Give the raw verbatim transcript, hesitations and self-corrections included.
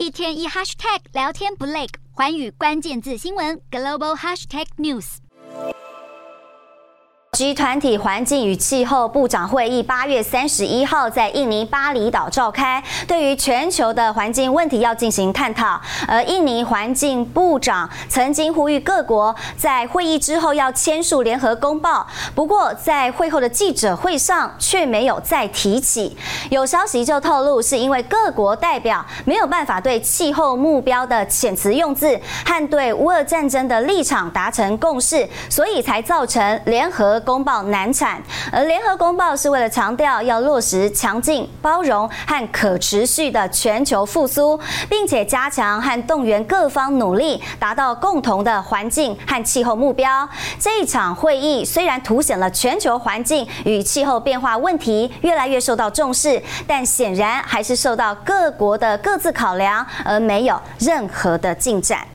一天一 hashtag 聊天不累，寰宇关键字新闻 global hashtag news。 G 团体环境与气候部长会议八月三十一号在印尼巴厘岛召开，对于全球的环境问题要进行探讨。而印尼环境部长曾经呼吁各国在会议之后要签署联合公报，不过在会后的记者会上却没有再提起。有消息就透露，是因为各国代表没有办法对气候目标的遣词用字和对乌俄战争的立场达成共识，所以才造成联合公报难产。而联合公报是为了强调要落实强劲、包容和可持续的全球复苏，并且加强和动员各方努力，达到共同的环境和气候目标。这一场会议虽然凸显了全球环境与气候变化问题越来越受到重视，但显然还是受到各国的各自考量，而没有任何的进展。